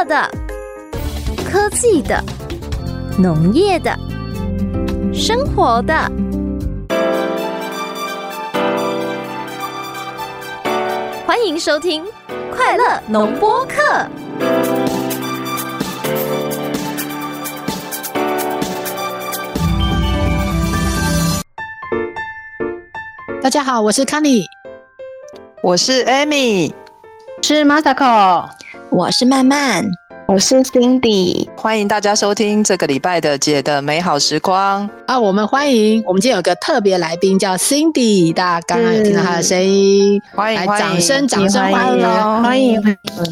乐的、科技的、农业的、生活的。欢迎收听快乐农播课。 大家好，我是 Connie， 我是 Amy， 是 Masako， 我是曼曼， 我是 Cindy。 欢迎大家收听这个礼拜的姐的美好时光啊！我们今天有个特别来宾叫 Cindy， 大家刚刚有听到她的声音， 欢迎， 来掌声欢迎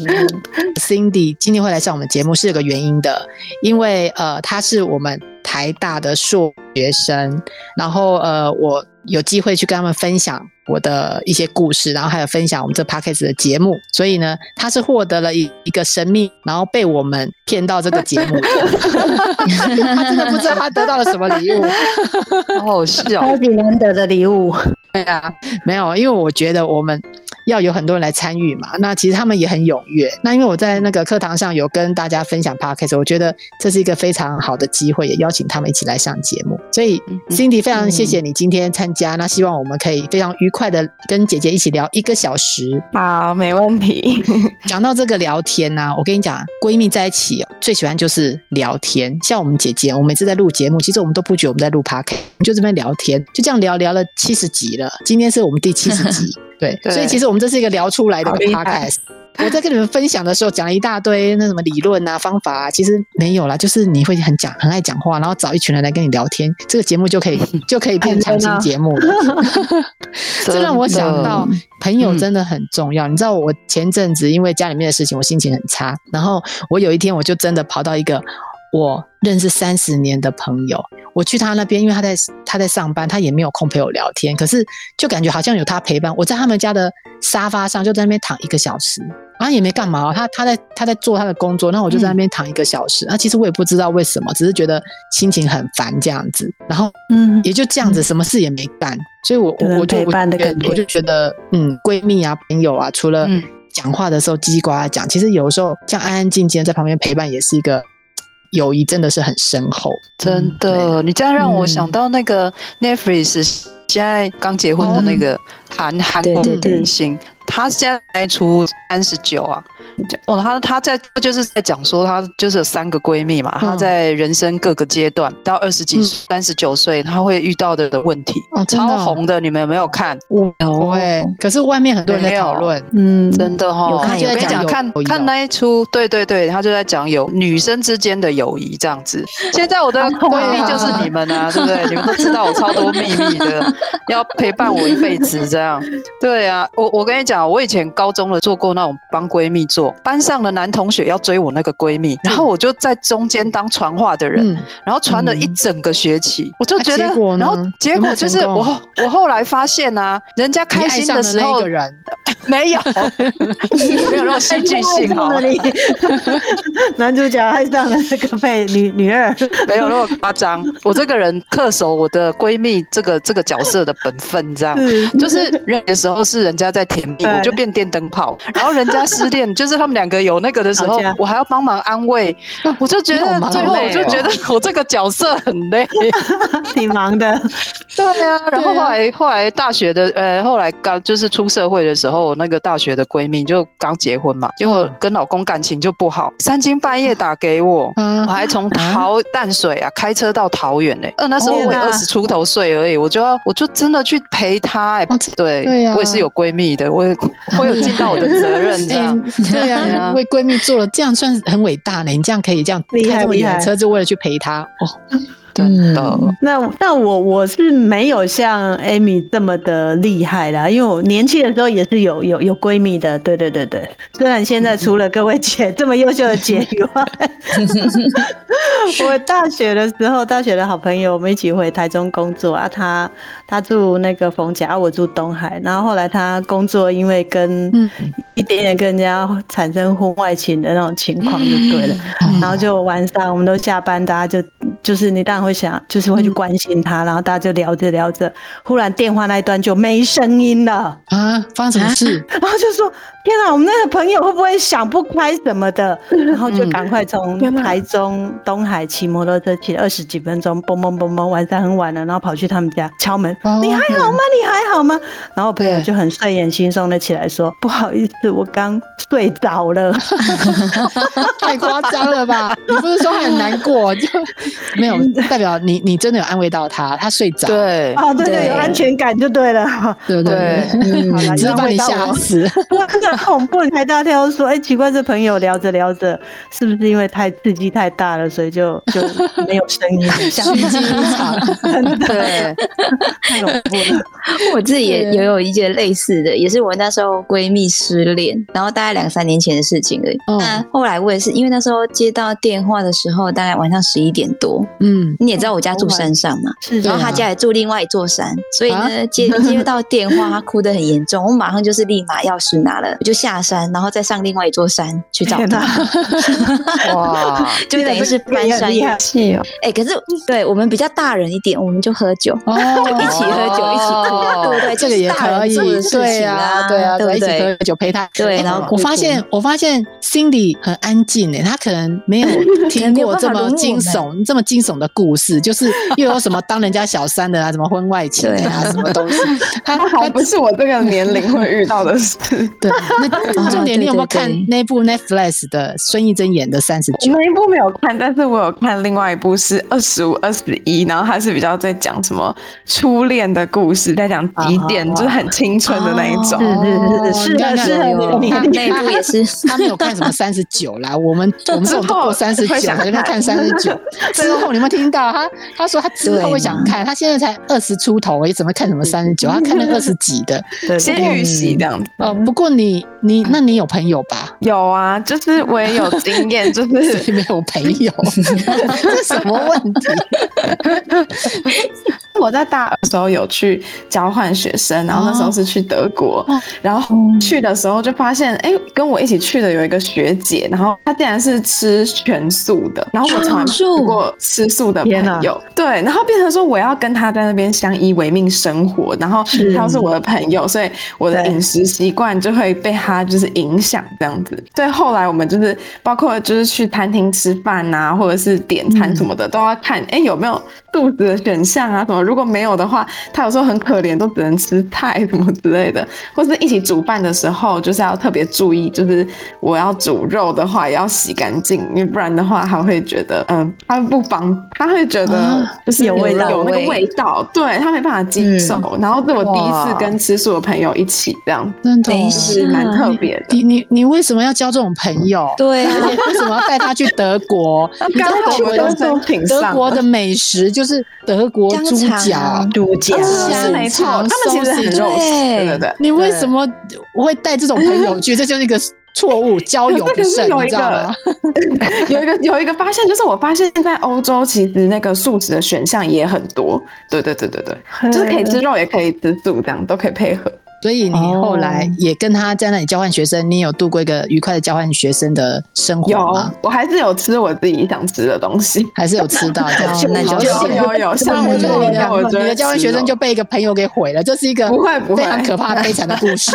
Cindy 今天会来上我们节目是有个原因的，因为她是我们台大的硕学生，然后我有机会去跟他们分享我的一些故事，然后还有分享我们这 Podcast 的节目，所以呢他是获得了一个神秘，然后被我们骗到这个节目他真的不知道他得到了什么礼物好好笑， 超级难得的礼物。 对啊，没有，因为我觉得我们要有很多人来参与嘛，那其实他们也很踊跃，那因为我在那个课堂上有跟大家分享 Podcast， 我觉得这是一个非常好的机会，也邀请他们一起来上节目，所以 Cindy 非常谢谢你今天参加，那希望我们可以非常愉快的跟姐姐一起聊1个小时。 好，没问题。 讲到这个聊天啊，我跟你讲，闺蜜在一起最喜欢就是聊天，像我们姐姐，我每次在录节目，其实我们都不觉得我们在录 Podcast， 我们就这边聊天，就这样聊了70集了，今天是我们第70集对，所以其实我们这是一个聊出来的 Podcast。我在跟你们分享的时候讲了一大堆那什么理论啊方法啊，其实没有啦，就是你会很爱讲话，然后找一群人来跟你聊天，这个节目就可以变成长青节目了这让我想到朋友真的很重要，你知道我前阵子因为家里面的事情我心情很差，然后我有一天我就真的跑到一个我认识30年的朋友，我去他那边，因为他在上班，他也没有空陪我聊天，可是就感觉好像有他陪伴，我在他们家的沙发上就在那边躺1个小时，然后也没干嘛，他在做他的工作，然后我就在那边躺1个小时，其实我也不知道为什么，只是觉得心情很烦这样子，然后也就这样子，什么事也没干，所以我就觉得闺蜜啊朋友啊，除了讲话的时候叽叽呱呱讲，其实有时候像安安静静在旁边陪伴也是一个友谊，真的是很深厚， 真的。你这样让我想到那个 Netflix 现在刚结婚的那个韩国明星，他现在才出39啊。他就是在讲说，他就是有3个闺蜜嘛，他在人生各个阶段到20几岁、39岁，他会遇到的问题，超红的，你们有没有看？ 有可是外面很多人在讨论， 真的齁。我跟你讲，看那一出，对，他就在讲有女生之间的友谊这样子。现在我的闺蜜就是你们啊，对不对？你们都知道我超多秘密的，要陪伴我一辈子这样。对啊，我跟你讲，我以前高中的做过那种帮闺蜜做。班上的男同学要追我那个闺蜜，然后我就在中间当传话的人，然后传了一整个学期，我就觉得，然后结果就是我后来发现啊，人家开心的时候，没有那么戏剧性好吗？ 男主角爱上了那个配女二， 没有那么夸张。我这个人恪守我的闺蜜这个角色的本分，这样就是人的时候是人家在甜蜜，我就变电灯泡，然后人家失恋就是他们2个有那个的时候，我还要帮忙安慰，我就觉得最后我就觉得我这个角色很累， 挺忙的。 对啊，然后后来大学的后来刚就是出社会的时候，那个大学的闺蜜就刚结婚嘛，结果跟老公感情就不好，3更半夜打给我，我还从淡水啊开车到桃园那时候我20出头岁而已，我就真的去陪她对啊，我也是有闺蜜的，我有尽到我的责任这样。 对啊，为闺蜜做了，这样算是很伟大呢。你这样可以这样开这么远的车，就为了去陪她真的。 那我是没有像 Amy 这么的厉害啦，因为我年轻的时候也是有闺蜜的，对。虽然现在除了各位姐这么优秀的姐以外，我大学的时候，大学的好朋友，我们一起回台中工作啊，他住那个逢甲，我住东海，然后后来他工作因为一点点跟人家产生婚外情的那种情况就对了，然后就晚上我们都下班，大家就是你当然会想，就是会去关心他，然后大家就聊着，忽然电话那一端就没声音了啊！发生什么事？ 然后就说天啊，我们那个朋友会不会想不开什么的？然后就赶快从台中东海骑摩托车骑20几分钟，蹦蹦蹦蹦，晚上很晚了，然后跑去他们家敲门，你还好吗？你还好吗？然后朋友就很睡眼惺忪的起来说，不好意思，我刚睡着了。 太夸张了吧？你不是说很难过就没有代表你真的有安慰到他，他睡着。 对对，有安全感就对了， 对不对？只是把你吓死。 哇，真的很恐怖！你还大家说，奇怪，这朋友聊着聊着，是不是因为太刺激太大了，所以就没有声音，虚惊一场？ 对， 太恐怖了。 我自己也有一件类似的，也是我那时候闺蜜失恋，然后大概2-3年前的事情而已。那后来我也是因为那时候接到电话的时候，大概晚上11点多，你也知道我家住山上嘛，然后他家也住另外一座山，所以呢接到电话，他哭得很严重，我马上就是立马钥匙拿了，我就下山，然后再上另外一座山去找他。哇，就等于是翻山越岭哦。可是对我们比较大人一点，我们就喝酒，就一起喝酒，一起哭，对不对？ 这个也可以，对啊，对不对？一起喝酒陪他。对，然后我发现 Cindy 很安静她可能没有听过这么惊悚的故事，就是又有什么当人家小三的啊，什么婚外情啊，什么东西。 他还不是我这个年龄会遇到的事。 对，那重点你有没有看那部 Netflix 的孙艺珍演的39？ 那一部没有看，但是我有看另外一部是25、21，然后它是比较在讲什么初恋的故事，在讲几点，就是很青春的那一种。 是的， 那一部也是。 他没有看什么39啦，我们这种都过39才去看39。之后你有没有听到他说他之后会想看，他现在才20出头，怎么看什么39？他看了20几的， 先预习这样子。 不过那你有朋友吧？ 有啊，就是我也有经验，就是没有朋友，这什么问题？ 我在大二的时候有去交换学生，然后那时候是去德国，然后去的时候就发现，跟我一起去的有一个学姐，然后她竟然是吃全素的，然后我从来没有过吃素的朋友，对，然后变成说我要跟她在那边相依为命生活，然后她是我的朋友，所以我的饮食习惯就会被她就是影响这样子。对，后来我们就是包括就是去餐厅吃饭啊，或者是点餐什么的，都要看有没有素食的选项啊什么。如果没有的话，他有时候很可怜，都只能吃菜什么之类的。或是一起煮饭的时候，就是要特别注意，就是我要煮肉的话也要洗干净，因为不然的话他会觉得他会觉得就是有味道，有那个味道，对，他没办法接受。然后是我第一次跟吃素的朋友一起这样， 真的是蛮特别的。 你为什么要交这种朋友？ 对啊， 为什么要带他去德国？你知道德国的美食就是德国猪脚是没错，他们其实很肉食，对。 你为什么会带这种朋友去？这就是一个错误，交友不慎，你知道吗？ 有一个发现，就是我发现在欧洲其实那个素食的选项也很多，对，就是可以吃肉也可以吃素，这样都可以配合。 所以你后来也跟他在那里交换学生，你有度过一个愉快的交换学生的生活吗？ 有，我还是有吃我自己想吃的东西， 还是有吃到的。 那就有。像我觉得你的交换学生就被一个朋友给毁了，这是一个非常可怕悲惨的故事。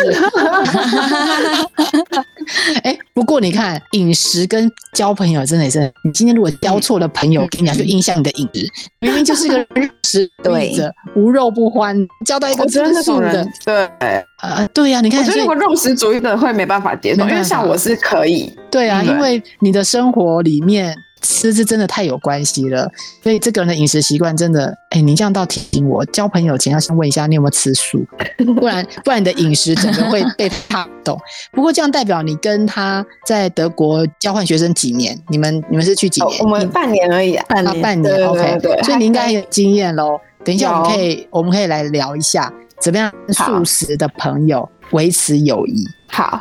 不过你看，饮食跟交朋友真的是，你今天如果交错的朋友，跟你讲就影响你的饮食，明明就是一个肉食主义者，无肉不欢，交到一个吃素的， 对。 对呀，你看， 我觉得如果肉食主义者会没办法接受，因为像我是可以。 对啊，因为你的生活里面吃是真的太有关系了，所以这个人的饮食习惯真的，你这样倒提醒我，交朋友前要先问一下你有没有吃素，不然你的饮食整个会被他懂。不过这样代表你跟他在德国交换学生几年？你们是去几年？ 我们半年而已啊， 半年 OK， 所以你应该有经验咯。等一下我们可以来聊一下怎么样素食的朋友维持友谊。 好。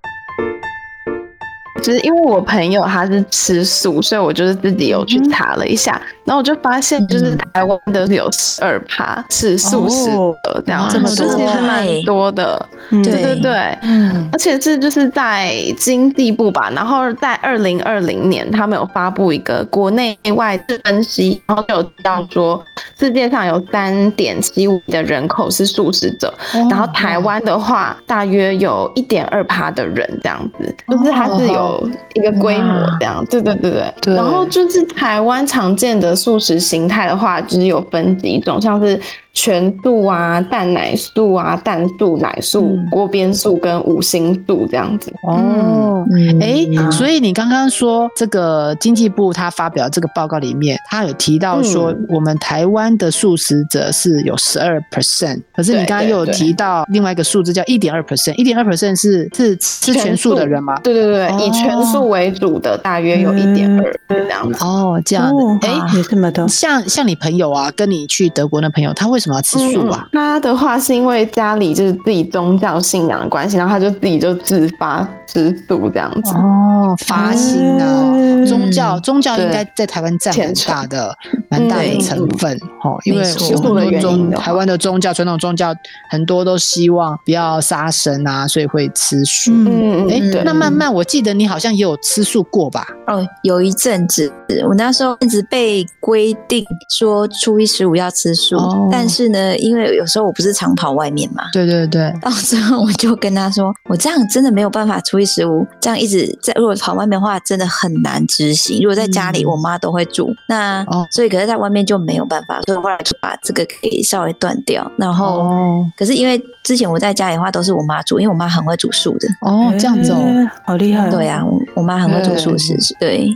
就是因为我朋友他是吃素，所以我就是自己有去查了一下， 然后我就发现就是台湾的有12%是素食的，这样这么多，其实蛮多的。对，而且是就是在经济部吧，然后在2020年他们有发布一个国内外分析，然后有提到说世界上有3.75亿的人口是素食者，然后台湾的话大约有1.2%的人这样子，就是它是有一个规模这样。对。然后就是台湾常见的素食形态的话，就是有分几种，像是全素啊、蛋奶素啊、蛋素、奶素、锅边素跟五辛素这样子。 所以你刚刚说这个经济部他发表这个报告里面，他有提到说我们台湾的素食者是有12%，可是你刚刚又有提到另外一个数字叫1.2%，1.2% 是吃全素的人吗？ 对，以全素为主的大约有1.2%这样子。 这样的。 有这么多。 像你朋友啊，跟你去德国的朋友，他为什么要吃素啊？ 他的话是因为家里就是自己宗教信仰的关系，然后他就自己就自发吃素这样子。 发心啊，宗教应该在台湾占蛮大的成分因为台湾的宗教传统宗教很多都希望不要杀生啊，所以会吃素。那慢慢我记得你好像也有吃素过吧？ 有一阵子，我那时候一直被规定说初一15要吃素，但是呢，因为有时候我不是常跑外面嘛， 对， 到时候我就跟他说，我这样真的没有办法初一15这样一直在，如果跑外面的话真的很难执行。如果在家里我妈都会煮，那所以可是在外面就没有办法，所以后来就把这个给稍微断掉。然后可是因为之前我在家里的话都是我妈煮，因为我妈很会煮素的。 这样子好厉害。 对啊，我妈很会煮素食。对。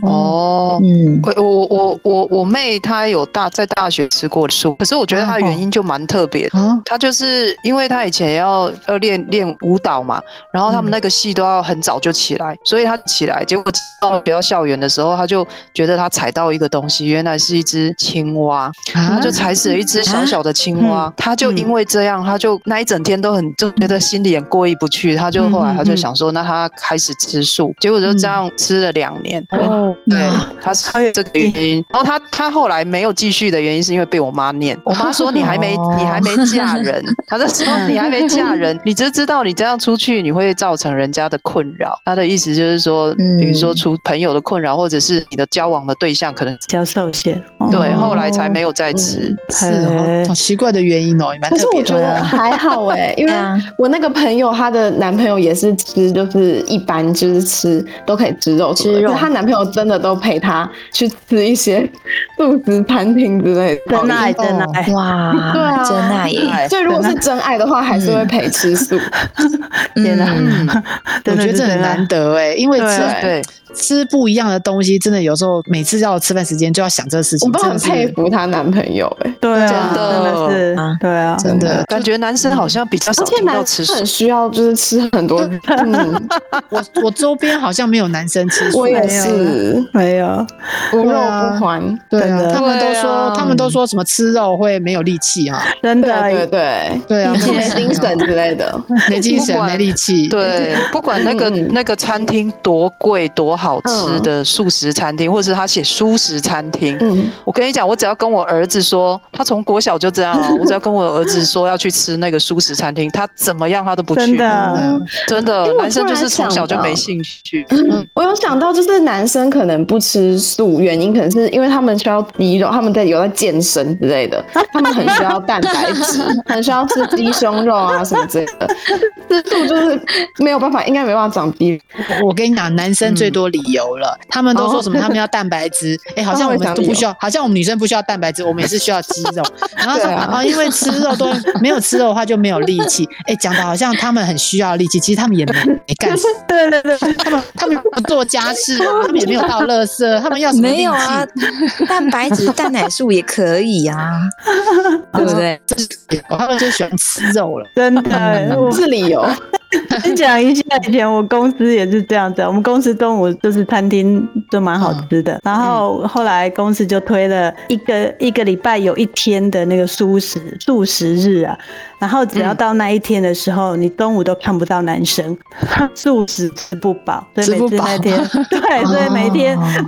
我妹她有在大学吃过素，可是我觉得她的原因就蛮特别的。她就是因为她以前要练舞蹈嘛，然后他们那个戏都要很早就起来，所以她起来，结果到学校校园的时候，她就觉得她踩到一个东西，原来是一只青蛙，她就踩死了一只小小的青蛙。她就因为这样，她就那一整天都就觉得心里很过意不去，她就后来她就想说，那她开始吃素，结果就这样吃了2年。对，她是这个原因。然后她后来没有继续的原因是因为被我妈念，我妈说你还没嫁人，她就说你还没嫁人，你就知道你这样出去你会造成人家的困扰。她的意思就是说，比如说出朋友的困扰，或者是你的交往的对象可能比较受限。 对，后来才没有再吃。 好奇怪的原因也蛮特别的。 可是我觉得还好因为我那个朋友她的男朋友也是吃，就是一般就是吃都可以吃肉什么的，可是她男朋友真的都陪她去吃一些素食餐厅之类的。 真爱哇， 对啊， 真爱耶！ 所以如果是真爱的话，还是会陪吃素。 天哪， 我觉得这很难得因为吃不一样的东西，真的有时候每次要吃饭时间就要想这个事情。 我都很佩服她男朋友对啊， 真的是，对啊， 真的感觉男生好像比较少听到吃素， 很需要就是吃很多。 我周边好像没有男生吃素， 我也是没有，无肉不欢。 对啊，他们都说什么吃肉会没有力气啊， 真的， 对啊， 没精神之类的， 没精神没力气。 对，不管那个餐厅多贵多好吃的素食餐厅，或者是他写素食餐厅，我跟你讲，我只要跟我儿子说，他从国小就这样了，我只要跟我儿子说要去吃那个素食餐厅，他怎么样他都不去。真的，男生就是从小就没兴趣。 我有想到，就是男生可能不吃素，原因可能是因为他们需要肌肉，他们有在健身之类的，他们很需要蛋白质，很需要吃鸡胸肉啊什么之类的。吃素就是没有办法，应该没办法长肌肉。 我跟你讲，男生最多理由了，他们都说什么他们要蛋白质，好像我们都不需要，好像我们女生不需要蛋白质，我们也是需要肌肉。然后说因为吃肉都没有吃肉的话就没有力气。讲的好像他们很需要力气，其实他们也没干事。 对， 他们不做家事啊，他们也没有倒垃圾，他们要什么力气？ 没有啊，蛋白质、蛋奶素也可以啊，对不对？ 他们就喜欢吃肉了， 真的， 不是理由。 先讲一下，以前我公司也是这样子，我们公司中午就是餐厅都蛮好吃的，然后后来公司就推了一个礼拜有1天的那个素食日啊，然后只要到那一天的时候，你中午都看不到男生，素食吃不饱，所以每次那天对，所以每次到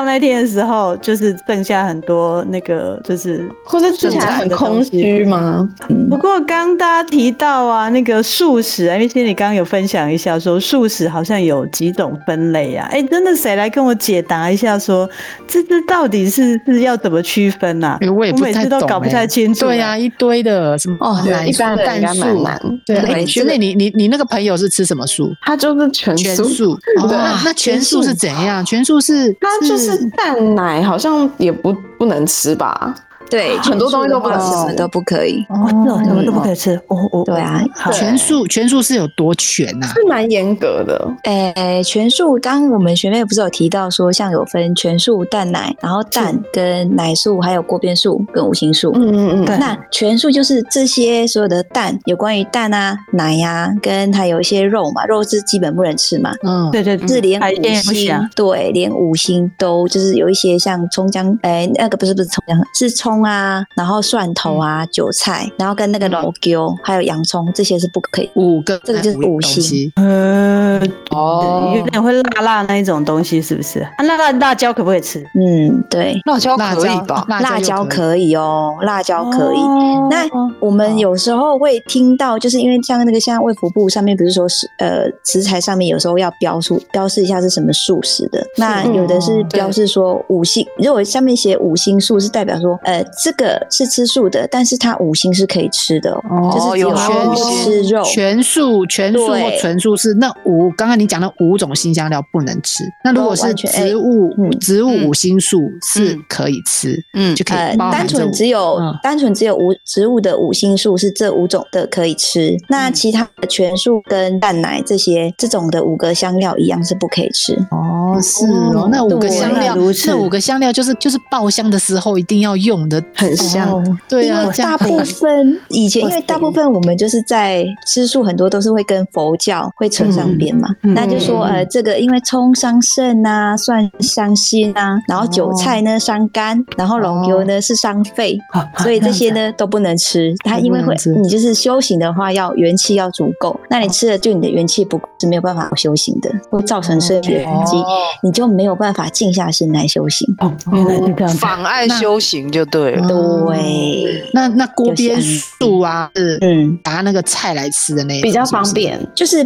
那天的时候，就是剩下很多那个，就是或者吃起来很空虚吗？ 不过刚大家提到啊，那个素食，因为你刚刚有分享一下说素食好像有几种分类啊，真的谁来跟我解答一下说这到底是要怎么区分啊？ 我也不太懂， 我每次都搞不太清楚。 对啊，一堆的什么一般蛋素，对，学妹你那个朋友是吃什么素？ 他就是全素。 那全素是怎样？全素是它就是蛋奶，好像也不能吃吧？ 对， 很多东西都不能吃， 什么都不可以。 什么都不可以吃。 对啊， 全素是有多全啊？ 是蛮严格的。 全素，刚刚我们学妹不是有提到说，像有分全素蛋奶，然后蛋跟奶素，还有锅边素跟五辛素。那全素就是这些所有的蛋，有关于蛋啊、奶啊，跟还有一些肉嘛，肉是基本不能吃嘛。 对， 是连五辛，对，连五辛都就是有一些像葱姜，那个不是葱姜，是葱啊，然后蒜头啊、韭菜，然后跟那个老姜还有洋葱，这些是不可以。 5个， 这个就是五辛。 有点会辣那一种东西，是不是？辣椒可不可以吃？ 对， 辣椒可以吧？ 辣椒可以哦，辣椒可以。那我们有时候会听到，就是因为像那个像卫福部上面不是说食材上面有时候要标示一下是什么素食的，那有的是标示说五辛，如果上面写五辛素是代表说这个是吃素的，但是它五辛是可以吃的就是只有不吃肉。 全素或纯素是那刚刚你讲的5种辛香料不能吃，那如果是植物五辛素是可以吃，就可以包含单纯只有植物的五辛素是这5种的可以吃，那其他的全素跟蛋奶这种的5个香料一样是不可以吃。 是哦，那5个香料，那5个香料就是爆香的时候一定要用的， 很香。 对啊， 因为大部分以前，因为大部分我们就是在吃素，很多都是会跟佛教会扯上边嘛。那就说这个因为葱伤肾啊，蒜伤心啊，然后韭菜呢伤肝，然后老姜呢是伤肺，所以这些呢都不能吃。它因为你就是修行的话，要元气要足够，那你吃了就你的元气不够是没有办法修行的，会造成身体的痕迹，你就没有办法静下心来修行。 原来是这样， 妨碍修行就对了。 对， 那锅边素啊，是拿那个菜来吃的那一种， 比较方便。 就是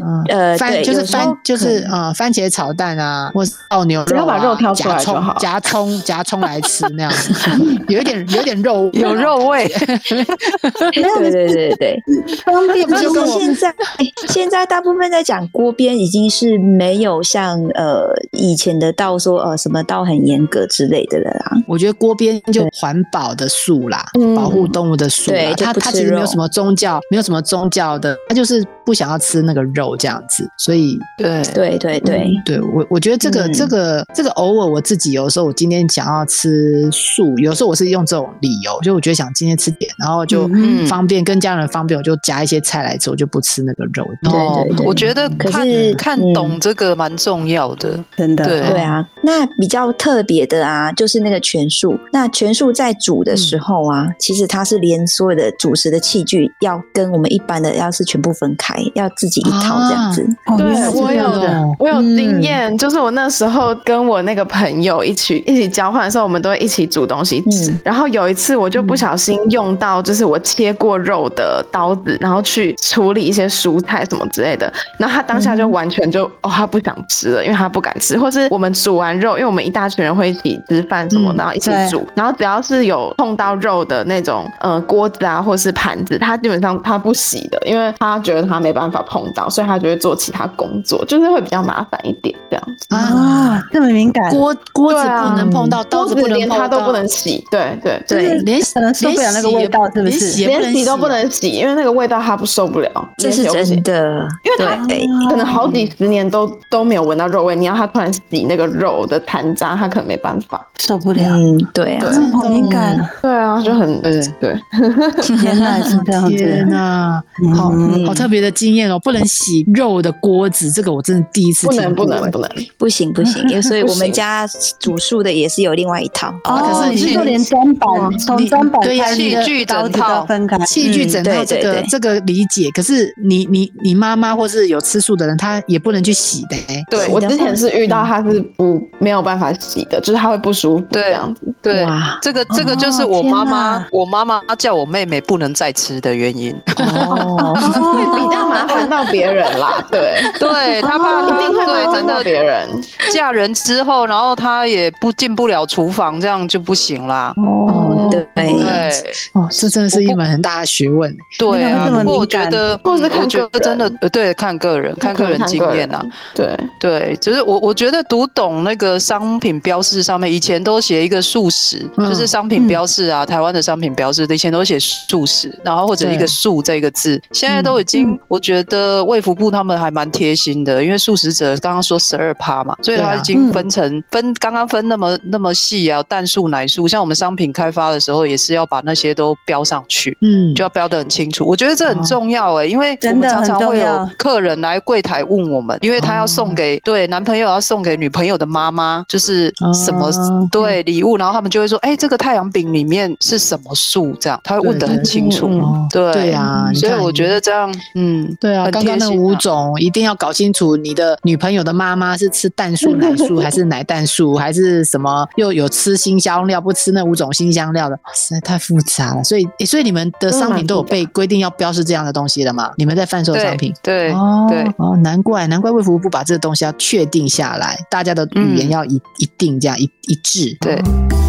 番茄炒蛋啊，或是爆牛肉， 只要把肉挑出来就好， 夹葱来吃那样子，有一点肉， 有肉味。 对，方便。其实现在大部分在讲锅边已经是没有像以前的道说什么道很严格之类的了啦。 我觉得锅边就环保的素啦，保护动物的素啦，它其实没有什么宗教，的，它就是不想要吃那个肉这样子，所以对，我觉得这个偶尔我自己有时候我今天想要吃素，有时候我是用这种理由，就我觉得想今天吃点，然后就方便跟家人方便，我就夹一些菜来吃，我就不吃那个肉。 对， 我觉得看懂这个蛮重要的， 真的。 对啊，那比较特别的啊，就是那个全素。那全素在煮的时候啊，其实它是连所有的主食的器具要跟我们一般的要是全部分开，要自己一套这样子。 对，我有经验，就是我那时候跟我那个朋友一起交换的时候，我们都会一起煮东西吃。然后有一次我就不小心用到就是我切过肉的刀子，然后去处理一些蔬菜什么之类的，然后他当下就完全就他不想吃了，因为他不敢吃，或是我们煮完肉，因为我们一大群人会一起吃饭什么，然后一起煮，然后只要是有碰到肉的那种锅子啊或是盘子，他基本上他不洗的，因为他觉得他没办法碰到，所以他就会做其他工作，就是会比较麻烦一点这样子啊，这么敏感， 锅子不能碰到，刀子不能碰到， 连他都不能洗，对， 连可能受不了那个味道，是不是？ 连洗都不能洗，因为那个味道他不受不了， 这是真的， 因为他可能好几十年都没有闻到肉味，你要他突然洗那个肉的残渣，他可能没办法， 受不了。 对啊， 好敏感， 对啊，就很对， 原来是这样子， 天哪，好特别的经验哦，不能洗肉的锅子，这个我真的第一次听过， 不行，所以我们家煮素的也是有另外一套。 可是你就连砧板从砧板器具整套分开， 器具整套这个理解，可是你妈妈或是有吃素的的人，他也不能去洗的对，我之前是遇到他是没有办法洗的，就是他会不舒服这样子。 对，这个就是我妈妈叫我妹妹不能再吃的原因。 会比较麻烦到别人啦。 对，她怕一定会麻烦到别人。 嫁人之后，然后她也进不了厨房，这样就不行啦。 对， 这真的是一门很大的学问。 对啊，不过我觉得真的对，看个人经验啊。对，就是我觉得读懂那个商品标示上面，以前都写一个素食，就是商品标示啊，台湾的商品标示以前都写素食，然后或者一个素这个字，现在都已经，我觉得卫福部他们还蛮贴心的，因为素食者刚刚说12%嘛，所以他已经刚刚分那么细啊，蛋素奶素，像我们商品开发的时候也是要把那些都标上去，就要标得很清楚。我觉得这很重要因为我们常常会有客人来柜台问我们，因为他要送给男朋友要送给女朋友的妈妈，就是什么礼物，然后他们就会说，这个太阳饼里面是什么素，这样他会问得很清楚。 对啊， 所以我觉得这样， 对啊，刚刚那5种一定要搞清楚，你的女朋友的妈妈是吃蛋素、奶素还是奶蛋素，还是什么又有吃辛香料不吃那5种辛香料的，实在太复杂了。所以你们的商品都有被规定要标示这样的东西了吗？你们在贩售商品？ 对， 难怪卫福部把这个东西要确定下来，大家的语言要一定这样一致。 对。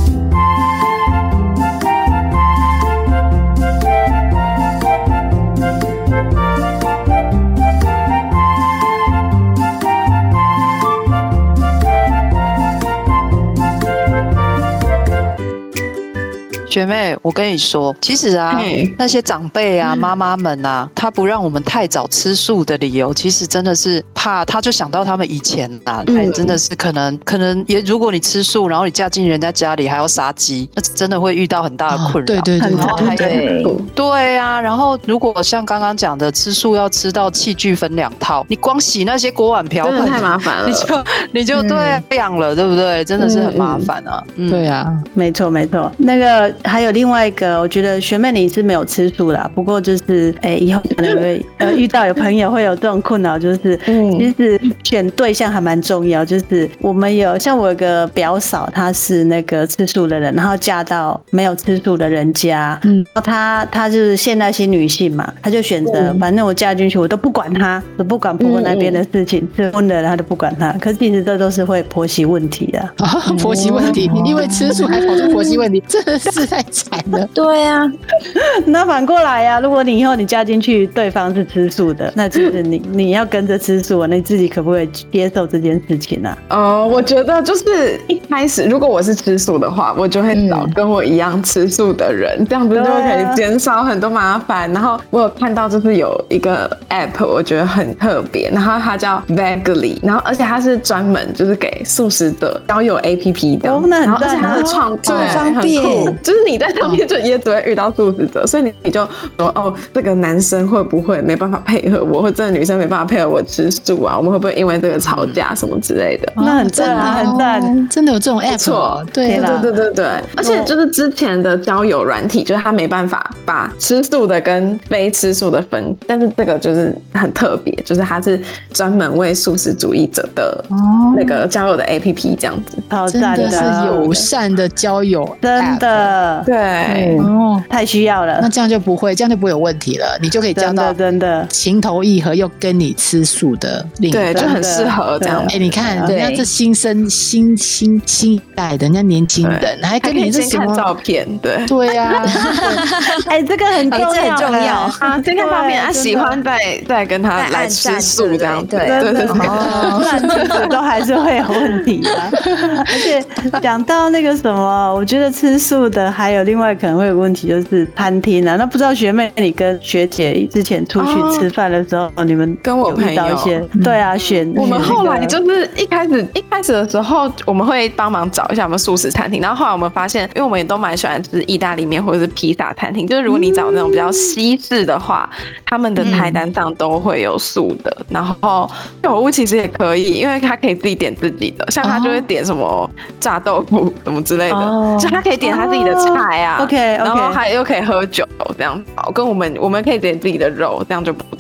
学妹，我跟你说，其实那些长辈啊、妈妈们啊，他不让我们太早吃素的理由，其实真的是怕，他就想到他们以前真的是可能也，如果你吃素，然后你嫁进人家家里还要杀鸡，那真的会遇到很大的困扰。对啊，然后如果像刚刚讲的，吃素要吃到器具分2套，你光洗那些锅碗瓢盆太麻烦了， 你就这样了，对不对？真的是很麻烦啊。 对啊， 没错。那个还有另外一个，我觉得学妹你是没有吃素啦，不过就是以后可能会遇到有朋友会有这种困扰，就是其实选对象还蛮重要。就是我们像我有个表嫂，她是那个吃素的人，然后嫁到没有吃素的人家，然后她就是现代新女性嘛，她就选择反正我嫁进去我都不管她，我不管婆婆那边的事情，结婚的人她都不管她。可是其实这都是会婆媳问题的婆媳问题，因为吃素还跑出婆媳问题，真的是太惨了。 对啊， 那反过来啊，如果你以后你嫁进去，对方是吃素的，那就是你要跟着吃素，你自己可不可以接受这件事情啊？ 我觉得就是一开始，如果我是吃素的话，我就会找跟我一样吃素的人，这样子就可以减少很多麻烦。然后我有看到就是有一个 app， 我觉得很特别，然后它叫 Vegly， 然后而且它是专门就是给素食者交友 app 的， 那然后而且它的创作很酷，就是你在上面就也只会遇到素食者，所以你就说这个男生会不会没办法配合我，或者这个女生没办法配合我吃素啊？我们会不会因为这个吵架什么之类的？ 那很赞啊，很赞， 真的有这种 app。 错， 对， 而且就是之前的交友软体，就是他没办法把吃素的跟非吃素的分，但是这个就是很特别，就是它是专门为素食主义者的那个交友的 app 这样子， 好赞的， 真的是友善的交友 app， 真的， 对， 太需要了。 那这样就不会有问题了，你就可以交到真的情投意合又跟你吃素的另一半， 对，就很适合这样。 你看人家这新一代的人家年轻人，还跟你是什么看照片？ 对啊， 这个很重要， 很重要啊！先看照片，喜欢再跟他来吃素这样，对， 不然吃素都还是会有问题啊。而且讲到那个什么，我觉得吃素的还有另外可能会有问题，就是餐厅啊。那不知道学妹你跟学姐之前出去吃饭的时候，你们跟我朋友对啊， 我们后来就是一开始的时候，我们会帮忙找一下我们素食餐厅，然后后来我们发现，因为我们也都蛮喜欢就是意大利面或者是披萨餐厅，就是如果你找那种比较西式的话，他们的菜单上都会有素的，然后酒屋其实也可以，因为他可以自己点自己的，像他就会点什么炸豆腐什么之类的，就他可以点他自己的菜啊 ，OK， 然后还又可以喝酒这样，跟我们可以点自己的肉，这样就不错。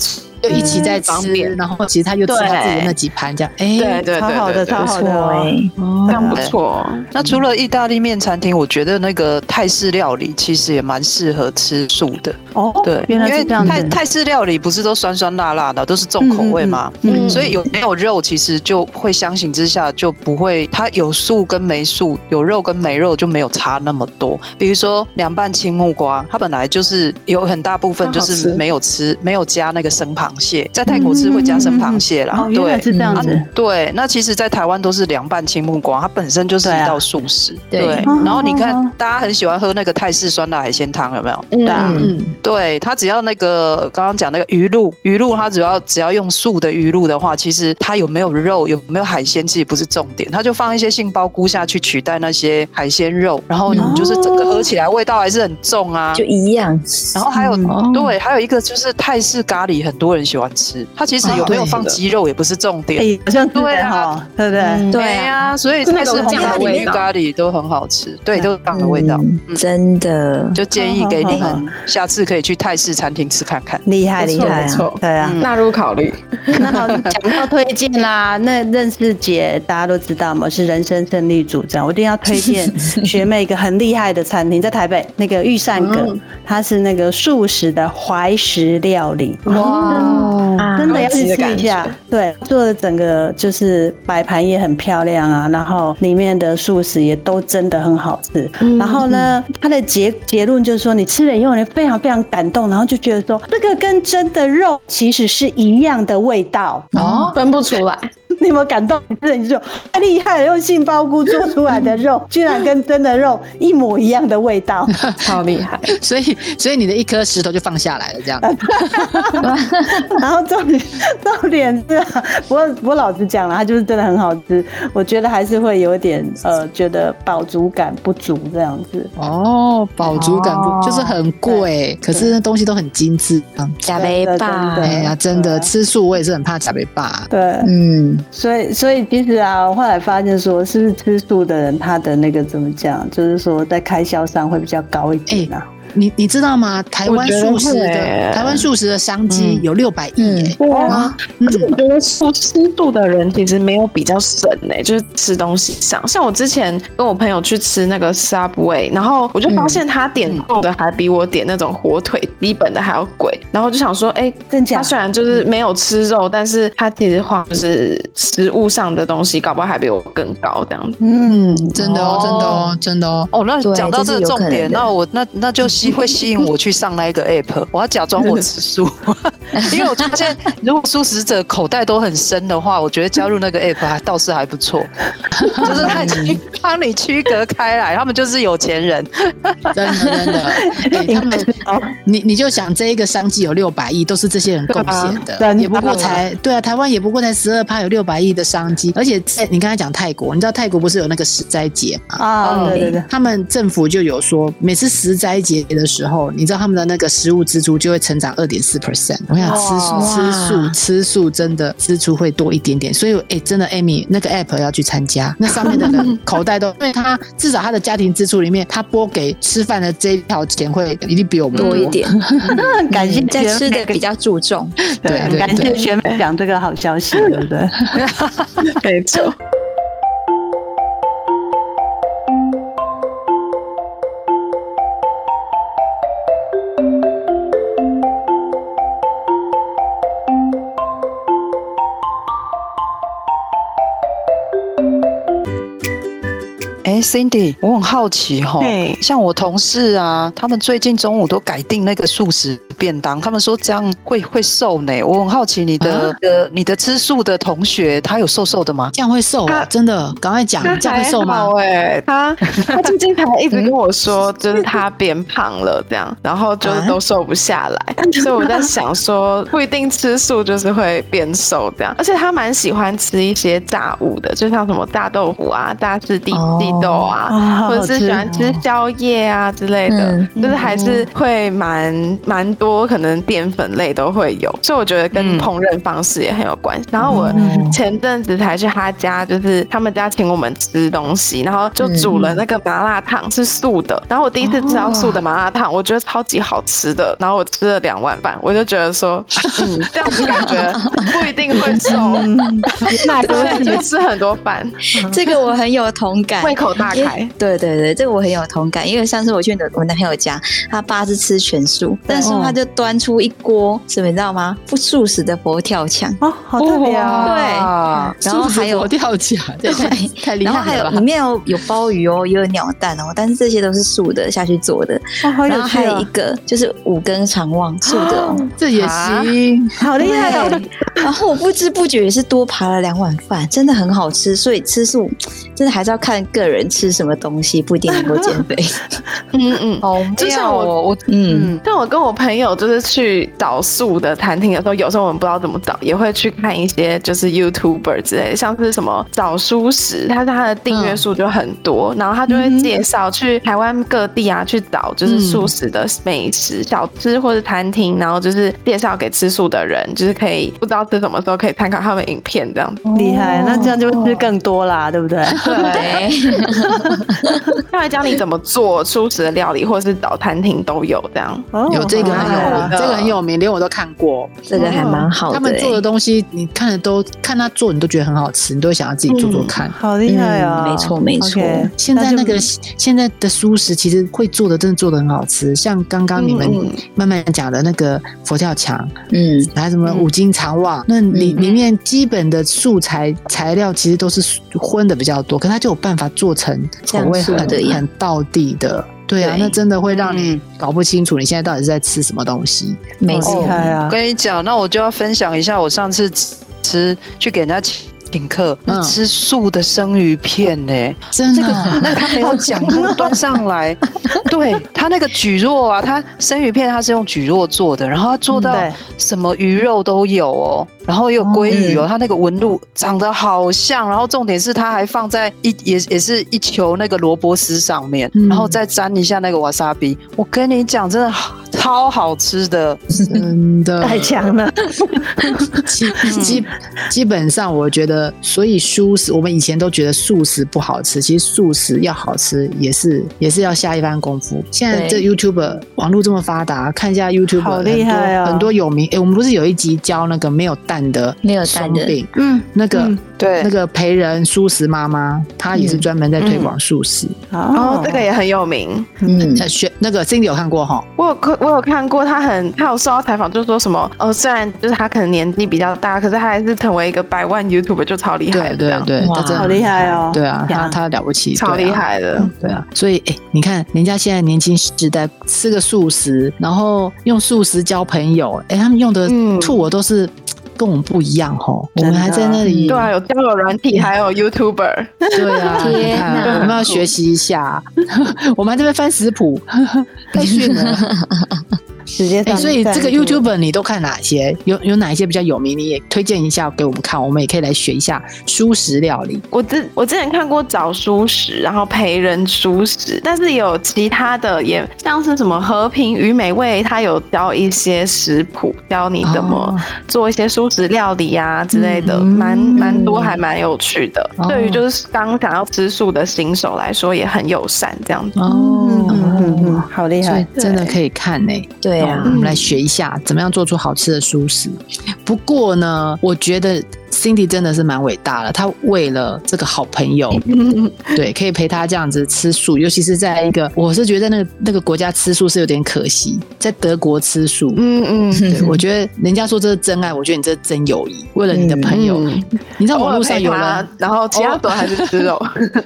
就一起在吃，然后其实他就吃他自己的那几盘这样。 对， 超好的，超好的， 这样不错。 那除了意大利面餐厅，我觉得那个泰式料理其实也蛮适合吃素的。对， 原来是这样子。 因为泰式料理不是都酸酸辣辣的，都是重口味嘛，所以有没有肉，其实就会相形之下就不会，它有素跟没素，有肉跟没肉就没有差那么多。比如说凉拌青木瓜，它本来就是有很大部分就是没有加那个生螃蟹，在泰国吃会加生螃蟹啦。 原来是这样子。 对，那其实在台湾都是凉拌青木瓜，它本身就是一道素食。对，然后你看大家很喜欢喝那个泰式酸辣海鲜汤，有没有？对，它只要那个刚刚讲那个鱼露，它只要用素的鱼露的话，其实它有没有肉，有没有海鲜，其实不是重点，它就放一些杏鲍菇下去取代那些海鲜肉，然后你就是整个喝起来味道还是很重啊， 就一样。 然后还有对，还有一个就是泰式咖喱，很多人喜欢吃，它其实有没有放鸡肉也不是重点， 好像对啊，对不对？ 对啊，所以泰式咖喱、咖喱都很好吃，对，都是这样的味道， 真的， 就建议给你们下次可以去泰式餐厅吃看看， 厉害，对啊， 纳入考虑。 那好，讲到推荐啦，那认识姐大家都知道嘛，是人生胜利组这样，我一定要推荐学妹一个很厉害的餐厅，在台北那个御膳阁，它是那个素食的怀石料理，哇，真的要去吃一下。对，做的整个就是摆盘也很漂亮啊，然后里面的素食也都真的很好吃。然后呢，它的结论就是说，你吃了以后你非常非常感动，然后就觉得说，这个跟真的肉其实是一样的味道分不出来。 你有没有感动？你就太厉害了，用杏鲍菇做出来的肉，居然跟真的肉一模一样的味道， 超厉害！ 所以你的一颗石头就放下来了，这样。 然后重点是，不过老实讲了，它就是真的很好吃。我觉得还是会有点觉得饱足感不足这样子。 饱足感不就是很贵，可是那东西都很精致。 假杯霸， 哎呀，真的吃素我也是很怕假杯霸。 对，所以其实啊，我后来发现说，是不是吃素的人他的那个怎么讲，就是说在开销上会比较高一点啊。 你知道吗？台湾素食的商机有600亿耶！ 哇！可是我觉得吃素的人其实没有比较省就是吃东西上。像我之前跟我朋友去吃那个 Subway， 然后我就发现他点肉的还比我点那种火腿基本的还要贵，然后就想说，他虽然就是没有吃肉，但是他其实花就是食物上的东西，搞不好还比我更高这样子。 真的哦。 那讲到这个重点，那就会吸引我去上那一个 app， 我要假装我吃素，因为我发现如果素食者口袋都很深的话，我觉得加入那个 app 倒是还不错，就是他帮你区隔开来，他们就是有钱人， 真的，他们你就想这一个商机有600亿，都是这些人贡献的，也不过台湾也不过才12%有600亿的商机，而且你刚才讲泰国，你知道泰国不是有那个食斋节吗？对，他们政府就有说，每次食斋节的时候，你知道他们的那个食物支出就会成长2.4%。我想吃素真的支出会多一点点，所以真的 Amy 那个 app 要去参加，那上面的人口袋都，因为他至少他的家庭支出里面，他拨给吃饭的这一条钱会一定比我们多一点。 感谢在吃的比较注重， 对，感谢学妹讲这个好消息，对不对？ 没错。 Cindy， 我很好奇像我同事啊，他们最近中午都改订那个素食便当，他们说这样会瘦呢。我很好奇你的吃素的同学，他有瘦的吗？ 这样会瘦真的，赶快讲，这样会瘦吗？ 他最近才一直跟我说，就是他变胖了这样，然后就是都瘦不下来，所以我在想说，不一定吃素就是会变瘦这样，而且他蛮喜欢吃一些炸物的，就像什么炸豆腐啊、炸士地豆或者是喜欢吃宵夜啊之类的，就是还是会蛮多可能淀粉类都会有，所以我觉得跟烹饪方式也很有关系。然后我前阵子才去他家，就是他们家请我们吃东西，然后就煮了那个麻辣烫，是素的。然后我第一次吃到素的麻辣烫，我觉得超级好吃的。然后我吃了2碗饭，我就觉得说，这样子感觉不一定会瘦，那就吃很多饭。 这个我很有同感， 胃口大开。 对对对，这个我很有同感，因为上次我去我男朋友家，他爸是吃全素，但是他就端出一锅什么你知道吗？不素食的佛跳墙哦，好特别啊！ 对，然后还有佛跳墙，对，太厉害了吧。 然后还有里面有鲍鱼哦，也有鸟蛋哦，但是这些都是素的下去做的。然后还有一个就是5根肠旺素的哦， 这也行， 好厉害哦！ 然后我不知不觉也是多扒了2碗饭，真的很好吃。所以吃素真的还是要看个人吃什么东西，不一定能够减肥。 就像像我跟我朋友就是去找素的餐厅的时候，有时候我们不知道怎么找，也会去看一些就是 YouTuber 之类的，像是什么找蔬食，他的订阅数就很多，然后他就会介绍去台湾各地啊去找就是素食的美食小吃或者餐厅，然后就是介绍给吃素的人，就是可以不知道吃什么时候可以参考他们影片这样子。 厉害，那这样就会吃更多啦，对不对？ 对， 他会教你怎么做素食的料理，或者是找餐厅都有这样。 有这个很有名，这个很有名，连我都看过。 这个还蛮好的。 他们做的东西，你看他做，你都觉得很好吃，你都会想要自己做做看。 好厉害啊！ 没错没错。 现在的蔬食其实会做的，真的做的很好吃。像刚刚你们慢慢讲的那个佛跳墙，还有什么5斤肠旺，那里面基本的素材料其实都是荤的比较多，可是它就有办法做成口味很道地的。对啊，那真的会让你搞不清楚你现在到底是在吃什么东西。 没错， 我跟你讲，那我就要分享一下我上次去给人家请客吃素的生鱼片呢， 真的， 那个他没有讲，那个端上来，对他那个蒟蒻啊，他生鱼片他是用蒟蒻做的，然后他做到什么鱼肉都有哦，然后也有鲑鱼哦，它那个纹路长得好像，然后重点是它还放在也是一球那个萝卜丝上面，然后再沾一下那个瓦萨比，我跟你讲，真的超好吃的， 真的太强了。 基本上我觉得，所以素食我们以前都觉得素食不好吃，其实素食要好吃也是要下一番功夫。现在这 YouTuber 网络这么发达，看一下 YouTuber 好厉害哦， 很多有名。我们不是有一集教那个没有蛋的松饼，那个陪人素食妈妈，她也是专门在推广素食。 这个也很有名。 那个 Cindy 有看过哈？ 我有看过，他有受到采访，就说什么虽然就是他可能年纪比较大，可是他还是成为一个100万 YouTuber 就超厉害的。 对，他真的好厉害哦。 对啊，他了不起， 超厉害的。 对啊，所以你看人家现在年轻时代吃个素食，然后用素食交朋友，他们用的tool都是跟我们不一样吼，我们还在那里。 对啊，有交友软体，还有 YouTuber。 对啊，你看，我们要学习一下。我们还在这边翻食谱，太逊了。 直接所以这个 YouTuber 你都看哪些？有哪一些比较有名？你也推荐一下给我们看，我们也可以来学一下蔬食料理。 我之前看过找蔬食，然后陪人蔬食，但是有其他的，也像是什么和平与美味，他有教一些食谱，教你怎么做一些蔬食料理啊之类的，蛮多，还蛮有趣的。对于就是刚想要吃素的新手来说，也很友善这样子。 好厉害， 真的可以看呢。 对啊， 我们来学一下怎么样做出好吃的蔬食。不过呢，我觉得 Cindy 真的是蛮伟大的，她为了这个好朋友，对，可以陪他这样子吃素，尤其是在一个，我是觉得那个国家吃素是有点可惜，在德国吃素，对，我觉得人家说这是真爱，我觉得你这是真友谊，为了你的朋友，你知道网络上有人， 然后其他都还是吃肉，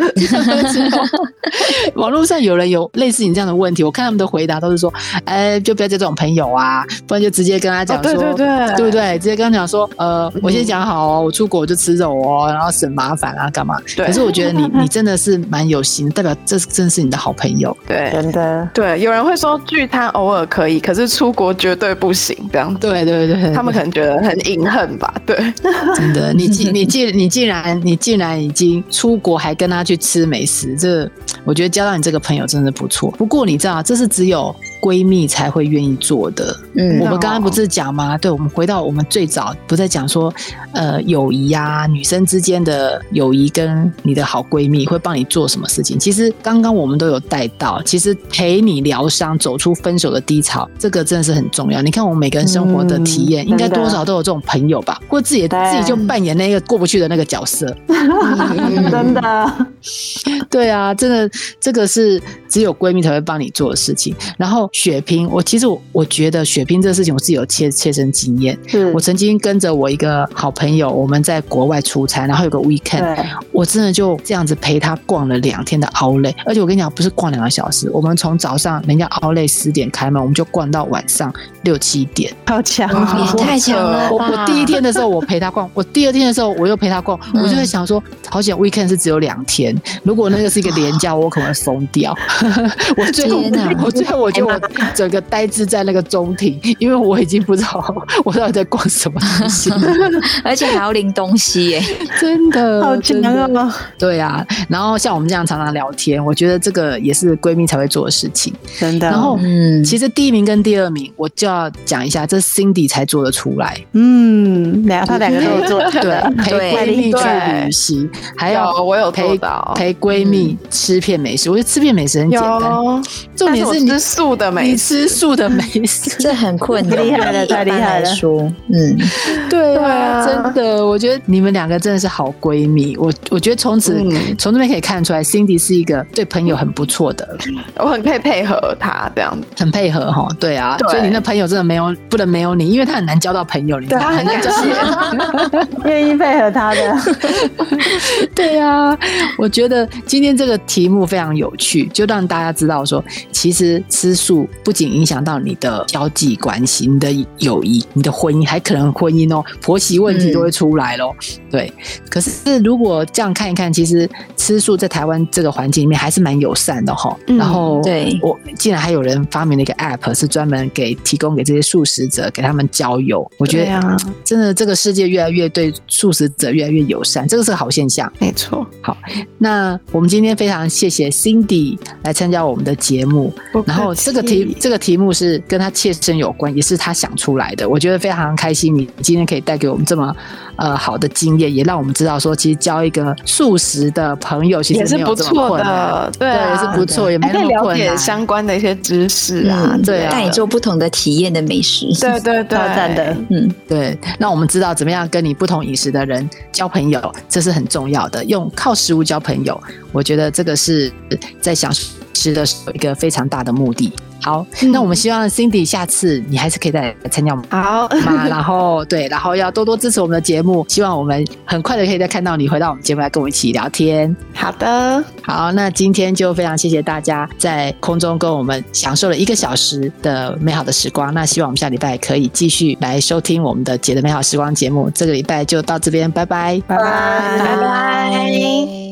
网络上有人有类似你这样的问题，我看他们的回答都是说，就不要交这种朋友啊，不然就直接跟他讲说，对不对？直接跟他讲说，我先讲好哦，我出国我就吃肉哦，然后省麻烦啊，干嘛？可是我觉得你真的是蛮有心，代表这真是你的好朋友。 对， 真的。 对，有人会说聚餐偶尔可以，可是出国绝对不行，这样。 对， 他们可能觉得很隐恨吧？对， 真的，你竟然已经出国还跟他去吃美食，这我觉得交到你这个朋友真的不错。不过你知道，这是只有闺蜜才会愿意做的。我们刚刚不是讲吗？对，我们回到我们最早不在讲说友谊啊，女生之间的友谊跟你的好闺蜜会帮你做什么事情。其实刚刚我们都有带到，其实陪你疗伤走出分手的低潮，这个真的是很重要。你看我们每个人生活的体验，应该多少都有这种朋友吧，或自己就扮演那个过不去的那个角色。 真的对啊，真的这个是只有闺蜜才会帮你做的事情。然后血拼，其实我觉得血拼这个事情我自己有切身经验。我曾经跟着我一个好朋友，我们在国外出差，然后有个 weekend， 我真的就这样子陪他逛了2天的 outlet， 而且我跟你讲不是逛2个小时，我们从早上人家 outlet 10点开门，我们就逛到晚上6、7点。 好强啊！ 也太强了吧。 我第一天的时候我陪他逛，我第二天的时候我又陪他逛，我就会想说好险 weekend 是只有2天，如果那个是一个连假我可能会疯掉。我最后我觉得我整个呆滞在那个中庭，因为我已经不知道我到底在逛什么东西。 而且还要拎东西耶， 真的好强啊！ 对啊，然后像我们这样常常聊天，我觉得这个也是闺蜜才会做的事情， 真的。 然后其实第1名跟第2名我就要讲一下，这 Cindy 才做得出来。 他2个都有做。 对，陪闺蜜去旅行，还有我有陪闺蜜吃遍美食。我觉得吃遍美食很简单，重点是你吃素的美食， 你吃素的美食， 这很困难， 厉害了，太厉害了。 对啊，真的，我觉得你们2个真的是好闺蜜。我觉得从这边可以看出来 ，Cindy 是一个对朋友很不错的， 我很可以配合她这样子， 很配合哈。对啊，所以你那朋友真的不能没有你，因为他很难交到朋友，你知道吗？ 他很感谢， 愿意配合他的。 对啊，我觉得今天这个题目非常有趣，就让大家知道说，其实吃素不仅影响到你的交际关系、你的友谊、你的婚姻，还可能婚姻哦，婆媳问题都会出来咯。对，可是如果这样看一看，其实吃素在台湾这个环境里面还是蛮友善的齁。然后我竟然还有人发明了一个 app 是专门提供给这些素食者，给他们交友。我觉得真的这个世界越来越对素食者越来越友善，这个是个好现象。 没错。 好，那我们今天非常谢谢 Cindy 来参加我们的节目，然后这个题目是跟她切身有关，也是她想出来的。我觉得非常开心，你今天可以带给我们这么好的经验，也让我们知道说，其实交一个素食的朋友其实没有这么困难，对，也是不错，也没那么困难。 了解相关的一些知识啊， 对啊， 带你做不同的体验的美食， 对对对， 超赞的， 对，让我们知道怎么样跟你不同饮食的人交朋友，这是很重要的。靠食物交朋友，我觉得这个是在享食的时候一个非常大的目的。好，那我们希望 Cindy 下次你还是可以再来参加我们好然后要多多支持我们的节目，希望我们很快的可以再看到你回到我们节目来跟我们一起聊天。 好的， 好，那今天就非常谢谢大家在空中跟我们享受了1个小时的美好的时光。那希望我们下礼拜可以继续来收听我们的姐的美好时光节目。这个礼拜就到这边，拜拜， 拜拜，拜拜。